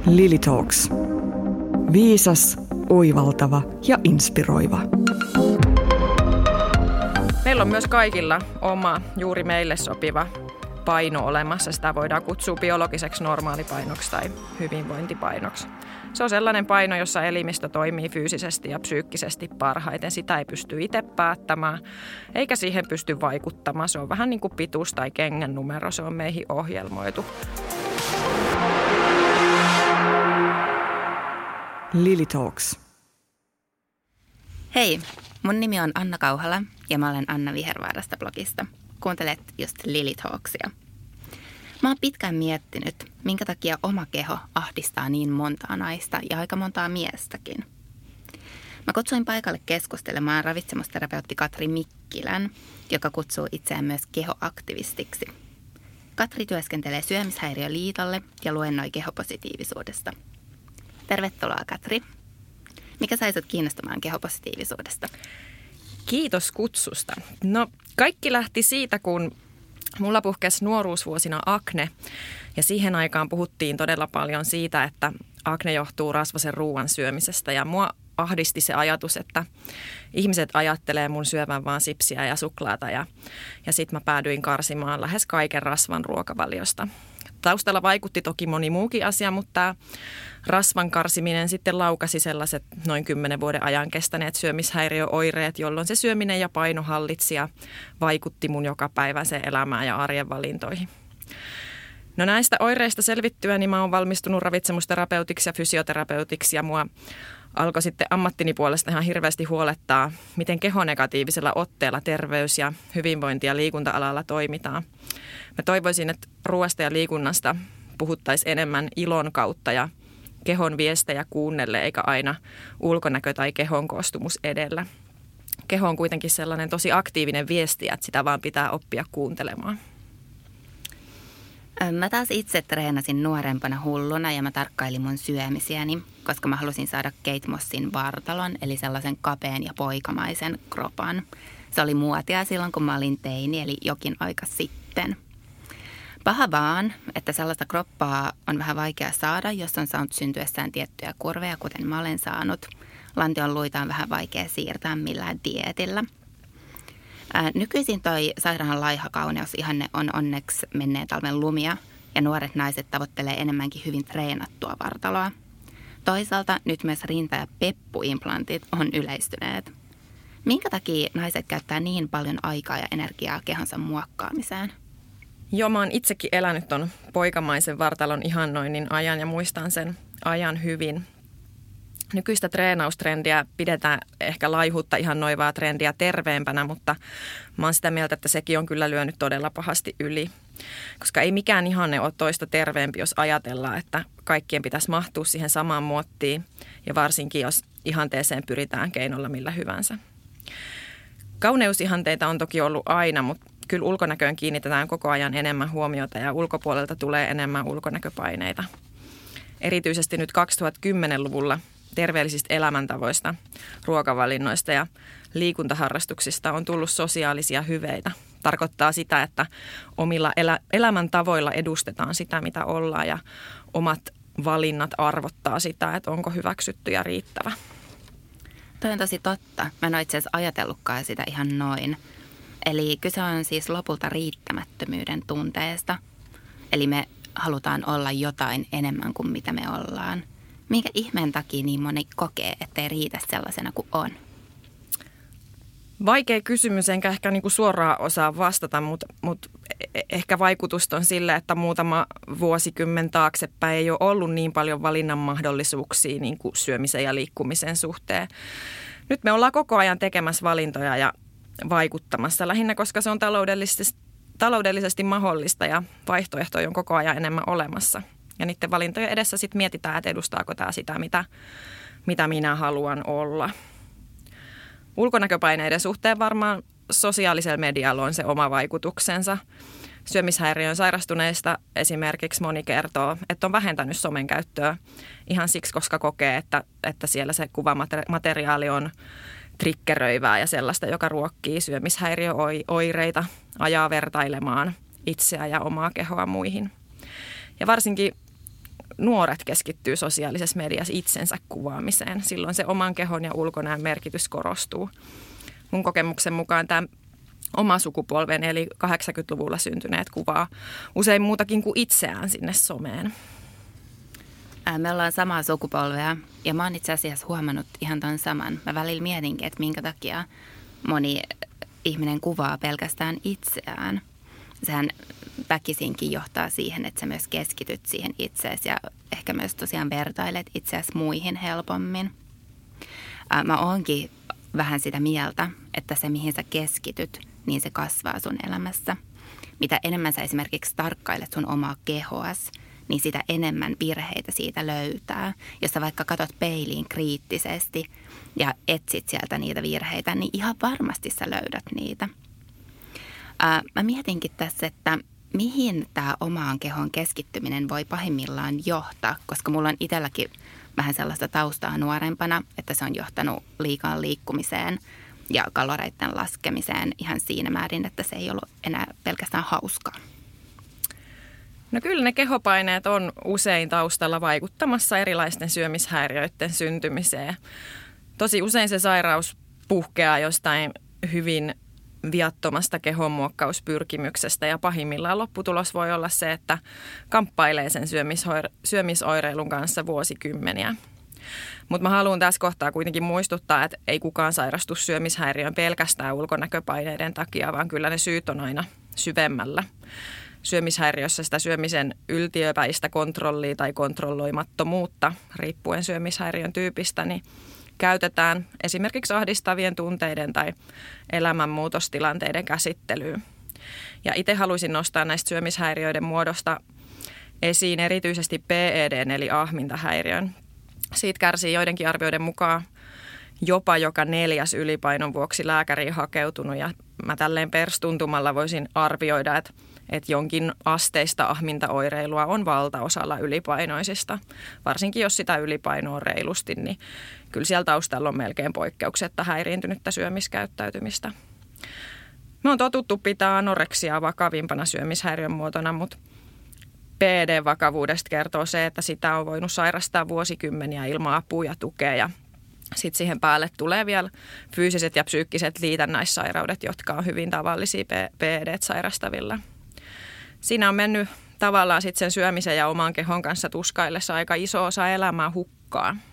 Lily Talks. Viisas, oivaltava ja inspiroiva. Meillä on myös kaikilla oma, juuri meille sopiva paino olemassa. Sitä voidaan kutsua biologiseksi normaalipainoksi tai hyvinvointipainoksi. Se on sellainen paino, jossa elimistö toimii fyysisesti ja psyykkisesti parhaiten. Sitä ei pysty itse päättämään, eikä siihen pysty vaikuttamaan. Se on vähän niin kuin pituus tai kengän numero. Se on meihin ohjelmoitu. Lily Talks. Hei, mun nimi on Anna Kauhala ja mä olen Anna Vihervaarasta blogista. Kuuntelet just Lily Talksia. Mä oon pitkään miettinyt, minkä takia oma keho ahdistaa niin montaa naista ja aika montaa miestäkin. Mä kutsuin paikalle keskustelemaan ravitsemusterapeutti Katri Mikkilän, joka kutsuu itseään myös kehoaktivistiksi. Katri työskentelee Syömishäiriöliitolle ja luennoi kehopositiivisuudesta. Tervetuloa, Katri. Mikä sai sut kiinnostumaan kehopositiivisuudesta? Kiitos kutsusta. No, kaikki lähti siitä, kun mulla puhkesi nuoruusvuosina akne. Ja siihen aikaan puhuttiin todella paljon siitä, että akne johtuu rasvaisen ruoan syömisestä. Ja mua ahdisti se ajatus, että ihmiset ajattelee mun syövän vaan sipsiä ja suklaata. Ja sit mä päädyin karsimaan lähes kaiken rasvan ruokavaliosta. Taustalla vaikutti toki moni muukin asia, mutta tämä rasvan karsiminen sitten laukasi sellaiset noin 10 vuoden ajan kestäneet syömishäiriöoireet, jolloin se syöminen ja paino hallitsi ja vaikutti mun jokapäiväiseen elämään ja arjen valintoihin. No näistä oireista selvittyä, niin mä oon valmistunut ravitsemusterapeutiksi ja fysioterapeutiksi ja mua alkoi sitten ammattini puolesta ihan hirveästi huolettaa, miten kehonegatiivisella otteella terveys- ja hyvinvointi- ja liikunta-alalla toimitaan. Mä toivoisin, että ruoasta ja liikunnasta puhuttaisiin enemmän ilon kautta ja kehon viestejä kuunnelle, eikä aina ulkonäkö tai kehon koostumus edellä. Keho on kuitenkin sellainen tosi aktiivinen viestiä, että sitä vaan pitää oppia kuuntelemaan. Mä taas itse treenasin nuorempana hulluna ja mä tarkkailin mun syömisiäni, koska mä halusin saada Kate Mossin vartalon, eli sellaisen kapean ja poikamaisen kropan. Se oli muotia silloin, kun mä olin teini, eli jokin aika sitten. Paha vaan, että sellaista kroppaa on vähän vaikea saada, jos on saanut syntyessään tiettyjä kurveja, kuten mä olen saanut. Lantion luita on vähän vaikea siirtää millään dieetillä. Nykyisin toi sairaan laiha kauneusihanne on onneksi menneen talven lumia ja nuoret naiset tavoittelee enemmänkin hyvin treenattua vartaloa. Toisaalta nyt myös rinta- ja peppuimplantit on yleistyneet. Minkä takia naiset käyttää niin paljon aikaa ja energiaa kehonsa muokkaamiseen? Joo, mä oon itsekin elänyt ton poikamaisen vartalon ihannoinnin ajan ja muistan sen ajan hyvin. Nykyistä treenaustrendiä pidetään ehkä laihuutta ihannoivaa trendiä terveempänä, mutta mä oon sitä mieltä, että sekin on kyllä lyönyt todella pahasti yli. Koska ei mikään ihanne ole toista terveempi, jos ajatellaan, että kaikkien pitäisi mahtua siihen samaan muottiin ja varsinkin, jos ihanteeseen pyritään keinolla millä hyvänsä. Kauneusihanteita on toki ollut aina, mutta kyllä ulkonäköön kiinnitetään koko ajan enemmän huomiota ja ulkopuolelta tulee enemmän ulkonäköpaineita. Erityisesti nyt 2010-luvulla terveellisistä elämäntavoista, ruokavalinnoista ja liikuntaharrastuksista on tullut sosiaalisia hyveitä. Tarkoittaa sitä, että omilla elämäntavoilla edustetaan sitä, mitä ollaan ja omat valinnat arvottaa sitä, että onko hyväksytty ja riittävä. Toi on tosi totta. Mä en ole itse asiassa ajatellutkaan sitä ihan noin. Eli kyse on siis lopulta riittämättömyyden tunteesta. Eli me halutaan olla jotain enemmän kuin mitä me ollaan. Minkä ihmeen takia niin moni kokee, ettei riitä sellaisena kuin on? Vaikea kysymys, enkä ehkä niinku suoraan osaa vastata, mutta ehkä vaikutusta on sillä, että muutama vuosikymmen taaksepäin ei ole ollut niin paljon valinnan mahdollisuuksia niin kuin syömisen ja liikkumisen suhteen. Nyt me ollaan koko ajan tekemässä valintoja ja vaikuttamassa lähinnä, koska se on taloudellisesti mahdollista ja vaihtoehtoja on koko ajan enemmän olemassa. Ja niiden valintojen edessä sitten mietitään, että edustaako tämä sitä, mitä minä haluan olla. Ulkonäköpaineiden suhteen varmaan sosiaalisella medialla on se oma vaikutuksensa. Syömishäiriöön sairastuneista esimerkiksi moni kertoo, että on vähentänyt somen käyttöä ihan siksi, koska kokee, että siellä se kuvamateriaali on triggeröivää ja sellaista, joka ruokkii syömishäiriöoireita, ajaa vertailemaan itseä ja omaa kehoa muihin. Ja varsinkin nuoret keskittyy sosiaalisessa mediassa itsensä kuvaamiseen. Silloin se oman kehon ja ulkonäön merkitys korostuu. Mun kokemuksen mukaan tämä oma sukupolven eli 80-luvulla syntyneet kuvaa usein muutakin kuin itseään sinne someen. Me ollaan samaa sukupolvea ja mä oon itse asiassa huomannut ihan ton saman. Mä välillä mietinkin, että minkä takia moni ihminen kuvaa pelkästään itseään. Sehän väkisinkin johtaa siihen, että sä myös keskityt siihen itseesi ja ehkä myös tosiaan vertailet itseäsi muihin helpommin. Mä oonkin vähän sitä mieltä, että se mihin sä keskityt, niin se kasvaa sun elämässä. Mitä enemmän sä esimerkiksi tarkkailet sun omaa kehoas, niin sitä enemmän virheitä siitä löytää. Jos sä vaikka katot peiliin kriittisesti ja etsit sieltä niitä virheitä, niin ihan varmasti sä löydät niitä. Mä mietinkin tässä, että mihin tämä omaan kehon keskittyminen voi pahimmillaan johtaa, koska mulla on itselläkin vähän sellaista taustaa nuorempana, että se on johtanut liikaan liikkumiseen ja kaloreiden laskemiseen ihan siinä määrin, että se ei ollut enää pelkästään hauskaa. No kyllä ne kehopaineet on usein taustalla vaikuttamassa erilaisten syömishäiriöiden syntymiseen. Tosi usein se sairaus puhkeaa jostain hyvin viattomasta kehonmuokkauspyrkimyksestä ja pahimmillaan lopputulos voi olla se, että kamppailee sen syömisoireilun kanssa vuosikymmeniä. Mutta mä haluan tässä kohtaa kuitenkin muistuttaa, että ei kukaan sairastu syömishäiriöön pelkästään ulkonäköpaineiden takia, vaan kyllä ne syyt on aina syvemmällä. Syömishäiriössä sitä syömisen yltiöpäistä kontrollia tai kontrolloimattomuutta, riippuen syömishäiriön tyypistä, niin käytetään esimerkiksi ahdistavien tunteiden tai elämänmuutostilanteiden käsittelyyn. Ja itse haluaisin nostaa näistä syömishäiriöiden muodosta esiin erityisesti PED:n eli ahmintahäiriön. Siitä kärsii joidenkin arvioiden mukaan jopa joka 4. ylipainon vuoksi lääkäriin hakeutunut. Ja mä tälleen perstuntumalla voisin arvioida, että jonkin asteista ahmintaoireilua on valtaosalla ylipainoisista. Varsinkin jos sitä ylipainoa on reilusti, niin kyllä siellä taustalla on melkein poikkeuksetta häiriintynyttä syömiskäyttäytymistä. Me on totuttu pitää anoreksiaa vakavimpana syömishäiriön muotona, mutta PD-vakavuudesta kertoo se, että sitä on voinut sairastaa vuosikymmeniä ilman apua ja tukea. Ja sitten siihen päälle tulee vielä fyysiset ja psyykkiset liitännäissairaudet, jotka on hyvin tavallisia PED:t sairastavilla. Siinä on mennyt tavallaan sitten sen syömisen ja oman kehon kanssa tuskaillessa aika iso osa elämää hukkaan.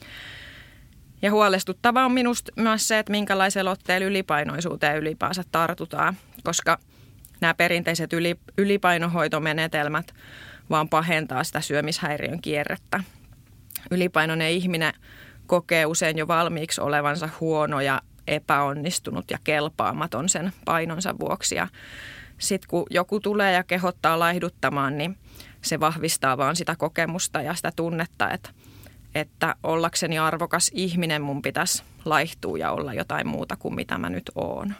Ja huolestuttavaa on minusta myös se, että minkälaisella otteella ylipainoisuuteen ylipäänsä tartutaan, koska nämä perinteiset ylipainohoitomenetelmät vaan pahentaa sitä syömishäiriön kierrettä. Ylipainoinen ihminen kokee usein jo valmiiksi olevansa huono ja epäonnistunut ja kelpaamaton sen painonsa vuoksi. Ja sitten kun joku tulee ja kehottaa laihduttamaan, niin se vahvistaa vaan sitä kokemusta ja sitä tunnetta, että ollakseni arvokas ihminen mun pitäisi laihtua ja olla jotain muuta kuin mitä mä nyt oon.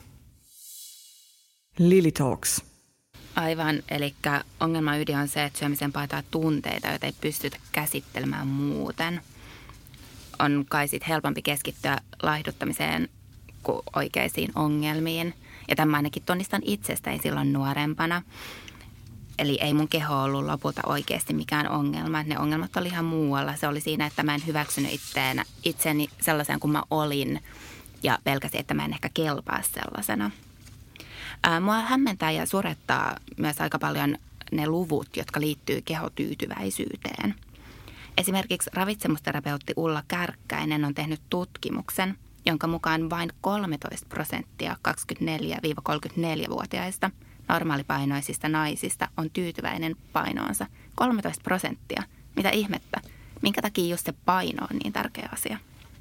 Lily Talks. Aivan, eli ongelman ydin on se, että syömisen paitaa tunteita, joita ei pystytä käsittelemään muuten. On kai sit helpompi keskittyä laihduttamiseen kuin oikeisiin ongelmiin. Ja tämä ainakin tunnistan itsestäni silloin nuorempana. Eli ei mun keho ollut lopulta oikeasti mikään ongelma. Ne ongelmat oli ihan muualla. Se oli siinä, että mä en hyväksynyt itseäni sellaisen kuin mä olin ja pelkäsin, että mä en ehkä kelpaa sellaisena. Mua hämmentää ja surettaa myös aika paljon ne luvut, jotka liittyy kehotyytyväisyyteen. Esimerkiksi ravitsemusterapeutti Ulla Kärkkäinen on tehnyt tutkimuksen, jonka mukaan vain 13% 24-34-vuotiaista normaalipainoisista naisista on tyytyväinen painoonsa. 13%. Mitä ihmettä? Minkä takia just se paino on niin tärkeä asia?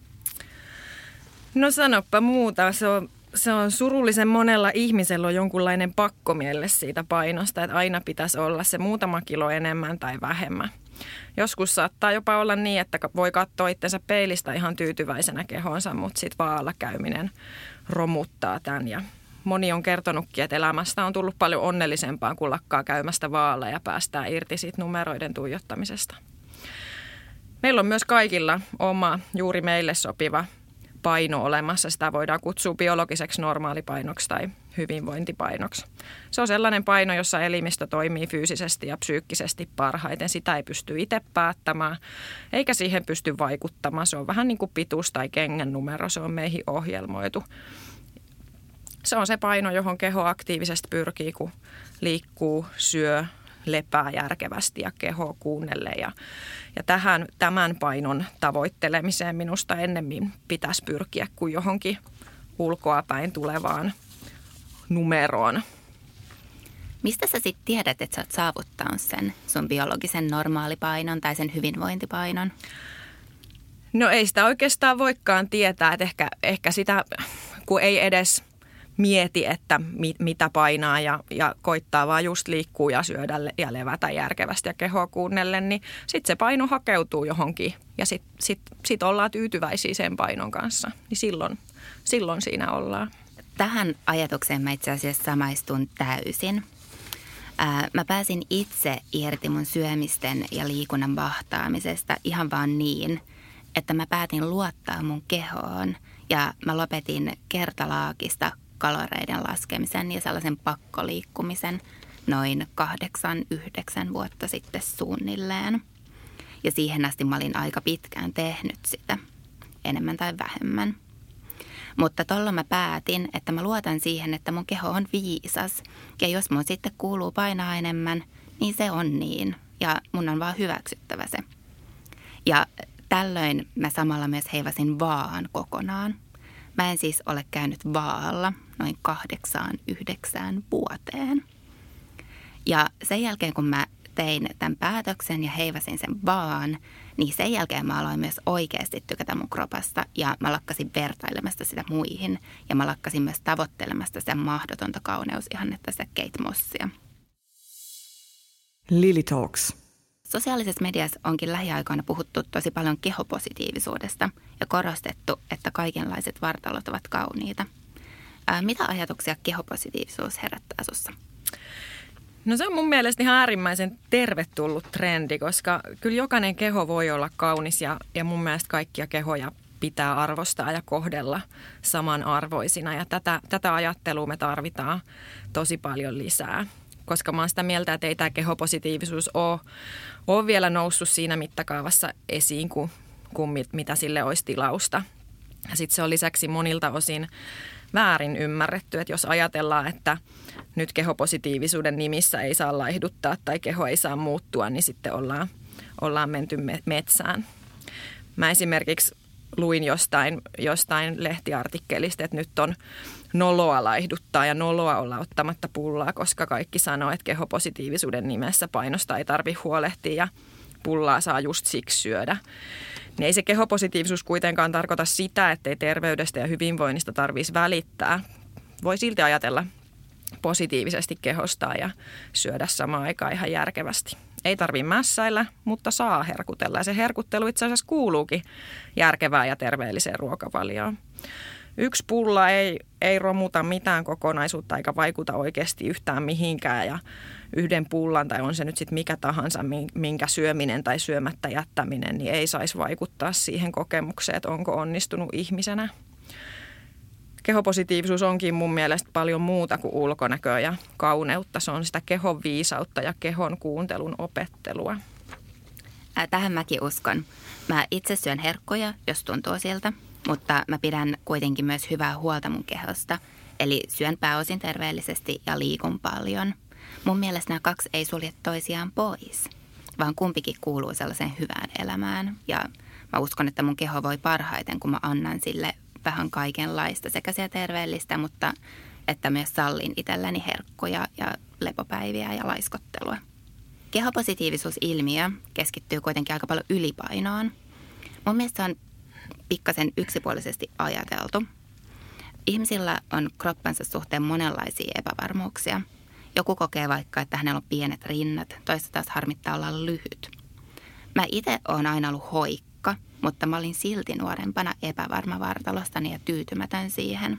No sanoppa muuta. Se on surullisen monella ihmisellä on jonkunlainen pakkomielle siitä painosta, että aina pitäisi olla se muutama kilo enemmän tai vähemmän. Joskus saattaa jopa olla niin, että voi katsoa itsensä peilistä ihan tyytyväisenä kehonsa, mutta sitten vaalla käyminen romuttaa tämän. Ja moni on kertonutkin, että elämästä on tullut paljon onnellisempaa, kun lakkaa käymästä vaalla ja päästään irti siitä numeroiden tuijottamisesta. Meillä on myös kaikilla oma, juuri meille sopiva paino olemassa. Sitä voidaan kutsua biologiseksi normaalipainoksi tai hyvinvointipainoksi. Se on sellainen paino, jossa elimistö toimii fyysisesti ja psyykkisesti parhaiten. Sitä ei pysty itse päättämään, eikä siihen pysty vaikuttamaan. Se on vähän niin kuin pituus tai kengän numero, se on meihin ohjelmoitu. Se on se paino, johon keho aktiivisesti pyrkii, kun liikkuu, syö, lepää järkevästi ja kehoa kuunnellen. Ja tämän painon tavoittelemiseen minusta ennemmin pitäisi pyrkiä kuin johonkin ulkoapäin tulevaan numeroon. Mistä sä sitten tiedät, että sä oot saavuttanut sen sun biologisen normaalipainon tai sen hyvinvointipainon? No ei sitä oikeastaan voikaan tietää, että ehkä sitä, kun ei edes mieti, että mitä painaa ja koittaa vaan just liikkua ja syödä ja levätä järkevästi ja kehoa kuunnellen, niin sitten se paino hakeutuu johonkin ja sit ollaan tyytyväisiä sen painon kanssa. Niin silloin siinä ollaan. Tähän ajatukseen mä itse asiassa samaistun täysin. Mä pääsin itse irti mun syömisten ja liikunnan vahtaamisesta ihan vaan niin, että mä päätin luottaa mun kehoon ja mä lopetin kertalaakista kaloreiden laskemisen ja sellaisen pakkoliikkumisen noin 8-9 vuotta sitten suunnilleen. Ja siihen asti mä olin aika pitkään tehnyt sitä, enemmän tai vähemmän. Mutta tuolloin mä päätin, että mä luotan siihen, että mun keho on viisas. Ja jos mun sitten kuuluu painaa enemmän, niin se on niin. Ja mun on vaan hyväksyttävä se. Ja tällöin mä samalla myös heivasin vaan kokonaan. Mä en siis ole käynyt vaalla noin 8-9 vuoteen. Ja sen jälkeen, kun mä tein tämän päätöksen ja heivasin sen vaan, niin sen jälkeen mä aloin myös oikeasti tykätä mun kropasta ja mä lakkasin vertailemasta sitä muihin. Ja mä lakkasin myös tavoittelemasta sitä mahdotonta kauneusihannetta, sitä Kate Mossia. Lily Talks. Sosiaalisessa mediassa onkin lähiaikoina puhuttu tosi paljon kehopositiivisuudesta ja korostettu, että kaikenlaiset vartalot ovat kauniita. Mitä ajatuksia kehopositiivisuus herättää sussa? No se on mun mielestä ihan äärimmäisen tervetullut trendi, koska kyllä jokainen keho voi olla kaunis ja mun mielestä kaikkia kehoja pitää arvostaa ja kohdella samanarvoisina. Ja tätä ajattelua me tarvitaan tosi paljon lisää, koska mä oon sitä mieltä, että ei tämä kehopositiivisuus ole vielä noussut siinä mittakaavassa esiin kuin mitä sille olisi tilausta. Ja sitten se on lisäksi monilta osin väärin ymmärretty, että jos ajatellaan, että nyt kehopositiivisuuden nimissä ei saa laihduttaa tai keho ei saa muuttua, niin sitten ollaan menty metsään. Mä esimerkiksi luin jostain lehtiartikkelista, että nyt on noloa laihduttaa ja noloa olla ottamatta pullaa, koska kaikki sanoo, että kehopositiivisuuden nimessä painosta ei tarvitse huolehtia ja pullaa saa just siksi syödä. Niin ei se kehopositiivisuus kuitenkaan tarkoita sitä, ettei terveydestä ja hyvinvoinnista tarvitsisi välittää. Voi silti ajatella positiivisesti kehostaa ja syödä samaan aikaan ihan järkevästi. Ei tarvitse mässäillä, mutta saa herkutella. Ja se herkuttelu itse asiassa kuuluukin järkevään ja terveelliseen ruokavalioon. Yksi pulla ei romuta mitään kokonaisuutta eikä vaikuta oikeasti yhtään mihinkään. Ja yhden pullan, tai on se nyt sitten mikä tahansa, minkä syöminen tai syömättä jättäminen, niin ei saisi vaikuttaa siihen kokemukseen, että onko onnistunut ihmisenä. Kehopositiivisuus onkin mun mielestä paljon muuta kuin ulkonäköä ja kauneutta. Se on sitä kehon viisautta ja kehon kuuntelun opettelua. Tähän mäkin uskon. Mä itse syön herkkuja, jos tuntuu siltä, mutta mä pidän kuitenkin myös hyvää huolta mun kehosta. Eli syön pääosin terveellisesti ja liikun paljon. Mun mielestä nämä kaksi ei sulje toisiaan pois, vaan kumpikin kuuluu sellaiseen hyvään elämään. Ja mä uskon, että mun keho voi parhaiten, kun mä annan sille vähän kaikenlaista sekä siellä terveellistä, mutta että myös sallin itselläni herkkuja ja lepopäiviä ja laiskottelua. Kehopositiivisuusilmiö keskittyy kuitenkin aika paljon ylipainoon. Mun mielestä se on pikkasen yksipuolisesti ajateltu. Ihmisillä on kroppansa suhteen monenlaisia epävarmuuksia. Joku kokee vaikka, että hänellä on pienet rinnat, toista taas harmittaa olla lyhyt. Mä itse oon aina ollut hoikka, mutta mä olin silti nuorempana epävarma vartalostani ja tyytymätön siihen.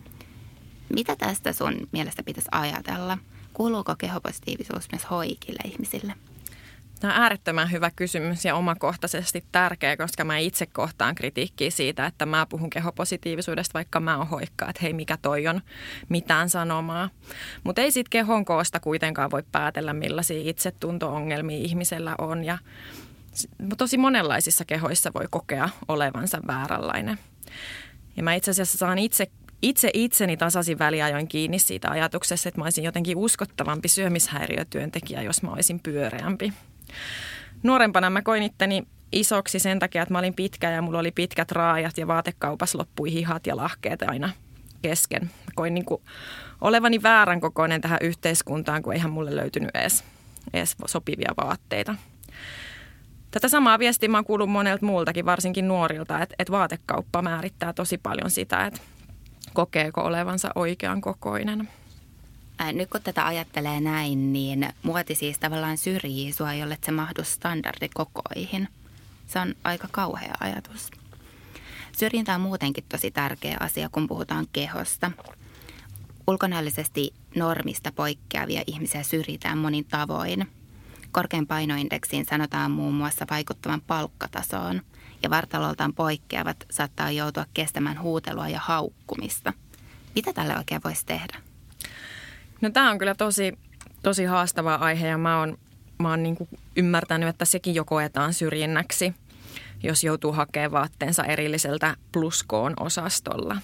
Mitä tästä sun mielestä pitäisi ajatella? Kuuluuko kehopositiivisuus myös hoikille ihmisille? Tämä on äärettömän hyvä kysymys ja omakohtaisesti tärkeä, koska mä itse kohtaan kritiikkiä siitä, että mä puhun kehopositiivisuudesta, vaikka mä oon hoikka, että hei, mikä toi on mitään sanomaa. Mutta ei siitä kehon koosta kuitenkaan voi päätellä, millaisia itsetunto-ongelmia ihmisellä on ja tosi monenlaisissa kehoissa voi kokea olevansa vääränlainen. Ja mä itse asiassa saan itse itseni tasaisin väliajoin kiinni siitä ajatuksessa, että mä olisin jotenkin uskottavampi syömishäiriötyöntekijä, jos mä olisin pyöreämpi. Nuorempana mä koin itteni isoksi sen takia, että mä olin pitkä ja mulla oli pitkät raajat ja vaatekaupassa loppui hihat ja lahkeet aina kesken. Koin niin kuin olevani väärän kokoinen tähän yhteiskuntaan, kun eihän mulle löytynyt edes sopivia vaatteita. Tätä samaa viestiä mä oon kuullut monelta muultakin, varsinkin nuorilta, että vaatekauppa määrittää tosi paljon sitä, että kokeeko olevansa oikean kokoinen. Nyt kun tätä ajattelee näin, niin muoti siis tavallaan syrjii sua, jolle se mahdu standardikokoihin. Se on aika kauhea ajatus. Syrjintä on muutenkin tosi tärkeä asia, kun puhutaan kehosta. Ulkonäöllisesti normista poikkeavia ihmisiä syrjitään monin tavoin. Korkean painoindeksiin sanotaan muun muassa vaikuttavan palkkatasoon, ja vartaloltaan poikkeavat saattaa joutua kestämään huutelua ja haukkumista. Mitä tälle oikein voisi tehdä? No tämä on kyllä tosi haastava aihe ja mä oon niin kuin ymmärtänyt, että sekin jo koetaan syrjinnäksi, jos joutuu hakemaan vaatteensa erilliseltä pluskoon-osastolla.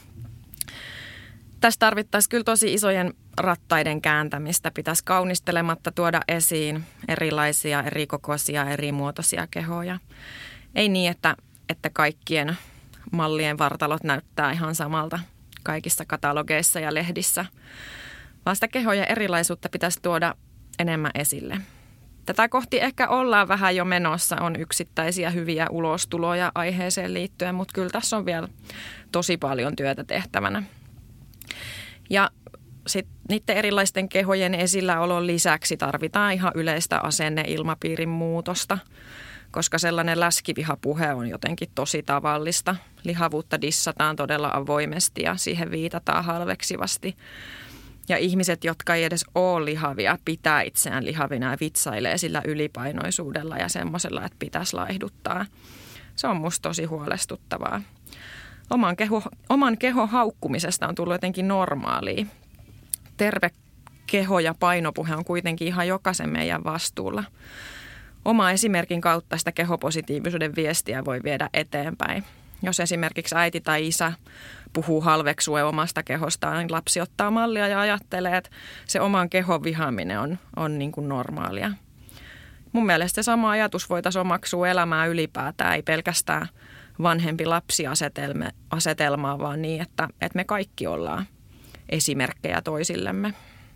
Tässä tarvittaisiin kyllä tosi isojen rattaiden kääntämistä. Pitäisi kaunistelematta tuoda esiin erilaisia, erikokoisia, erimuotoisia kehoja. Ei niin, että kaikkien mallien vartalot näyttää ihan samalta kaikissa katalogeissa ja lehdissä, vaan sitä kehojen erilaisuutta pitäisi tuoda enemmän esille. Tätä kohti ehkä ollaan vähän jo menossa, on yksittäisiä hyviä ulostuloja aiheeseen liittyen, mutta kyllä tässä on vielä tosi paljon työtä tehtävänä. Ja sitten niiden erilaisten kehojen esilläolon lisäksi tarvitaan ihan yleistä asenneilmapiirin muutosta, koska sellainen läskivihapuhe on jotenkin tosi tavallista. Lihavuutta dissataan todella avoimesti ja siihen viitataan halveksivasti. Ja ihmiset, jotka ei edes ole lihavia, pitää itseään lihavina ja vitsailee sillä ylipainoisuudella ja semmoisella, että pitäisi laihduttaa. Se on musta tosi huolestuttavaa. Oman kehon haukkumisesta on tullut jotenkin normaalia. Terve keho ja painopuhe on kuitenkin ihan jokaisen meidän vastuulla. Oma esimerkin kautta sitä kehopositiivisuuden viestiä voi viedä eteenpäin. Jos esimerkiksi äiti tai isä puhuu halveksuen omasta kehostaan, niin lapsi ottaa mallia ja ajattelee, että se oman kehon vihaaminen on niin kuin normaalia. Mun mielestä se sama ajatus voitaisiin omaksua elämää ylipäätään, ei pelkästään vanhempi lapsi-asetelmaa, vaan niin, että me kaikki ollaan esimerkkejä toisillemme.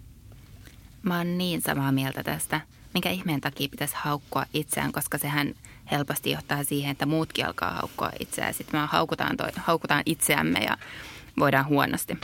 Mä oon niin samaa mieltä tästä. Minkä ihmeen takia pitäisi haukkua itseään, koska sehän helposti johtaa siihen, että muutkin alkaa haukkua itseään. Sitten me haukutaan itseämme ja voidaan huonosti.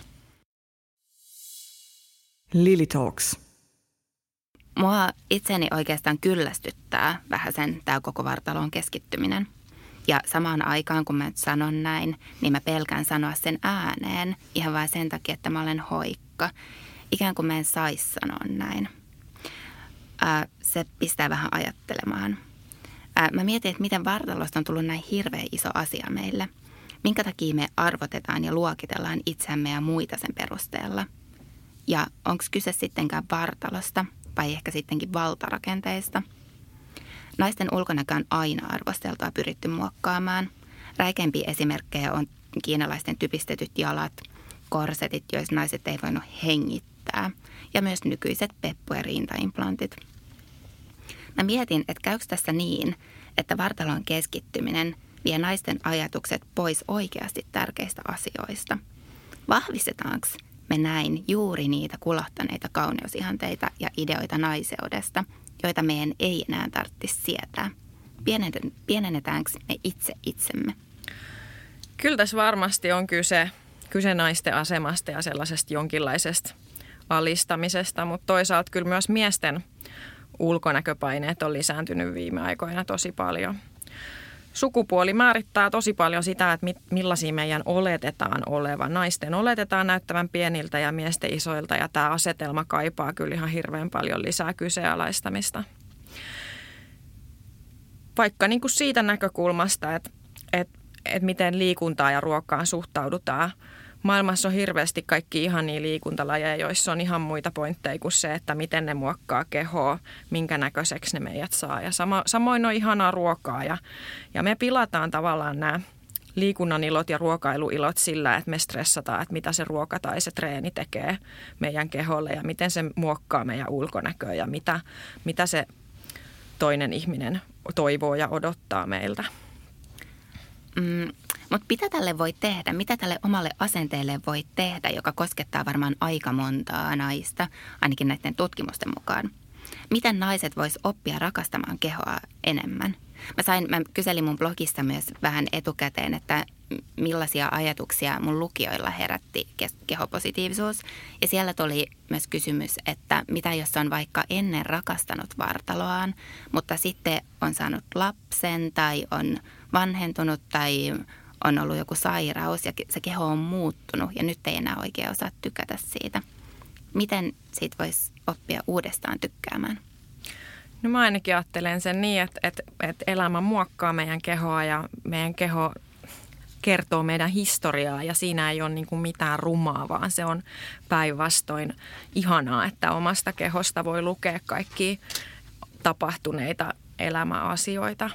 Lily Talks. Mua itseni oikeastaan kyllästyttää vähän sen tämä koko vartaloon keskittyminen. Ja samaan aikaan, kun mä nyt sanon näin, niin mä pelkään sanoa sen ääneen ihan vain sen takia, että mä olen hoikka. Ikään kuin mä en saisi sanoa näin. Se pistää vähän ajattelemaan. Mä mietin, että miten vartalosta on tullut näin hirveän iso asia meille. Minkä takia me arvotetaan ja luokitellaan itseämme ja muita sen perusteella. Ja onko kyse sittenkään vartalosta vai ehkä sittenkin valtarakenteista? Naisten ulkonäkö on aina arvosteltua pyritty muokkaamaan. Räikeimpiä esimerkkejä on kiinalaisten typistetyt jalat, korsetit, joissa naiset ei voinut hengittää, ja myös nykyiset peppu- ja rintaimplantit. Mä mietin, että käykö tässä niin, että vartalon keskittyminen vie naisten ajatukset pois oikeasti tärkeistä asioista. Vahvistetaanko me näin juuri niitä kulahtaneita kauneusihanteita ja ideoita naiseudesta, joita meidän ei enää tarvitsisi sietää? Pienennetäänkö me itse itsemme? Kyllä tässä varmasti on kyse naisten asemasta ja sellaisesta jonkinlaisesta alistamisesta, mutta toisaalta kyllä myös miesten ulkonäköpaineet on lisääntynyt viime aikoina tosi paljon. Sukupuoli määrittää tosi paljon sitä, että millaisia meidän oletetaan olevan. Naisten oletetaan näyttävän pieniltä ja miesten isoilta, ja tämä asetelma kaipaa kyllä ihan hirveän paljon lisää kyseenalaistamista. vaikka niin kuin siitä näkökulmasta, että miten liikuntaa ja ruokaan suhtaudutaan. Maailmassa on hirveästi kaikki ihania liikuntalajeja, joissa on ihan muita pointteja kuin se, että miten ne muokkaa kehoa, minkä näköiseksi ne meidät saa. Ja samoin on ihanaa ruokaa ja me pilataan tavallaan nämä liikunnan ilot ja ruokailuilot sillä, että me stressataan, että mitä se ruoka tai se treeni tekee meidän keholle ja miten se muokkaa meidän ulkonäköä ja mitä se toinen ihminen toivoo ja odottaa meiltä. Mutta mitä tälle voi tehdä? Mitä tälle omalle asenteelle voi tehdä, joka koskettaa varmaan aika montaa naista, ainakin näiden tutkimusten mukaan? Miten naiset vois oppia rakastamaan kehoa enemmän? Mä kyselin mun blogista myös vähän etukäteen, että millaisia ajatuksia mun lukijoilla herätti kehopositiivisuus. Ja siellä tuli myös kysymys, että mitä jos on vaikka ennen rakastanut vartaloaan, mutta sitten on saanut lapsen tai on vanhentunut tai on ollut joku sairaus ja se keho on muuttunut ja nyt ei enää oikein osaa tykätä siitä. Miten siitä voisi oppia uudestaan tykkäämään? No mä ainakin ajattelen sen niin, että elämä muokkaa meidän kehoa ja meidän keho kertoo meidän historiaa ja siinä ei ole niin kuin mitään rumaa, vaan se on päinvastoin ihanaa, että omasta kehosta voi lukea kaikkia tapahtuneita elämäasioita.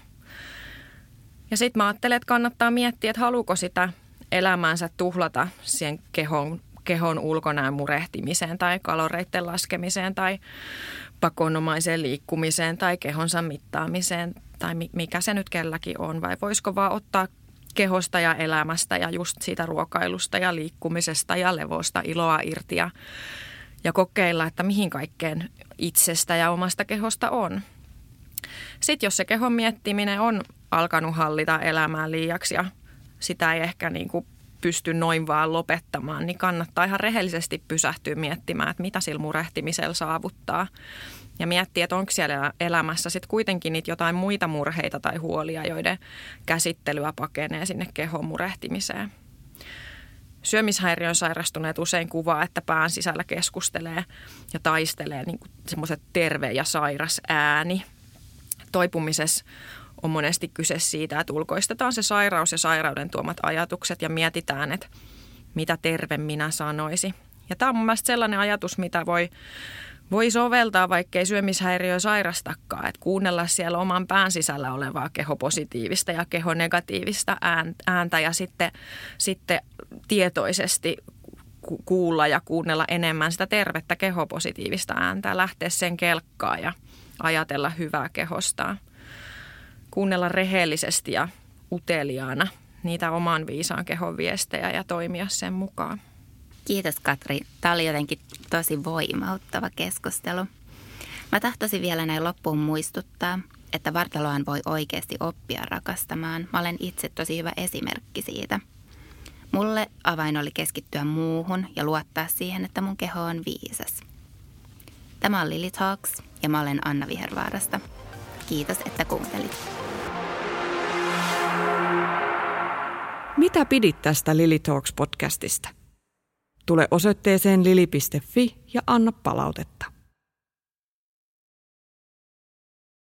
Ja sitten mä ajattelen, että kannattaa miettiä, että haluuko sitä elämäänsä tuhlata siihen kehon ulkonäön murehtimiseen tai kaloreiden laskemiseen tai pakonomaiseen liikkumiseen tai kehonsa mittaamiseen tai mikä se nyt kelläkin on. Vai voisiko vaan ottaa kehosta ja elämästä ja just siitä ruokailusta ja liikkumisesta ja levosta iloa irti ja kokeilla, että mihin kaikkeen itsestä ja omasta kehosta on. Sitten jos se kehon miettiminen on alkanut hallita elämää liiaksi ja sitä ei ehkä niin kuin pysty noin vaan lopettamaan, niin kannattaa ihan rehellisesti pysähtyä miettimään, että mitä sillä murehtimisella saavuttaa. Ja miettiä, että onko siellä elämässä sitten kuitenkin niitä jotain muita murheita tai huolia, joiden käsittelyä pakenee sinne kehon murehtimiseen. Syömishäiriön sairastuneet usein kuvaa, että pään sisällä keskustelee ja taistelee niin kuin semmoiset terve ja sairas ääni. Toipumisessa on monesti kyse siitä, että ulkoistetaan se sairaus ja sairauden tuomat ajatukset ja mietitään, että mitä terve minä sanoisi. Ja tämä on mun mielestä sellainen ajatus, mitä voi soveltaa, vaikkei syömishäiriö sairastakaan, että kuunnella siellä oman pään sisällä olevaa kehopositiivista ja kehonegatiivista ääntä ja sitten tietoisesti kuulla ja kuunnella enemmän sitä tervettä kehopositiivista ääntä ja lähteä sen kelkkaan ja ajatella hyvää kehostaan. Kuunnella rehellisesti ja uteliaana niitä oman viisaan kehon viestejä ja toimia sen mukaan. Kiitos Katri. Tämä oli jotenkin tosi voimauttava keskustelu. Mä tahtoisin vielä näin loppuun muistuttaa, että vartaloaan voi oikeasti oppia rakastamaan. Mä olen itse tosi hyvä esimerkki siitä. Mulle avain oli keskittyä muuhun ja luottaa siihen, että mun keho on viisas. Tämä on Lily Talks ja mä olen Anna Vihervaarasta. Kiitos, että kuuntelit. Mitä pidit tästä Lily Talks podcastista? Tule osoitteeseen lili.fi ja anna palautetta.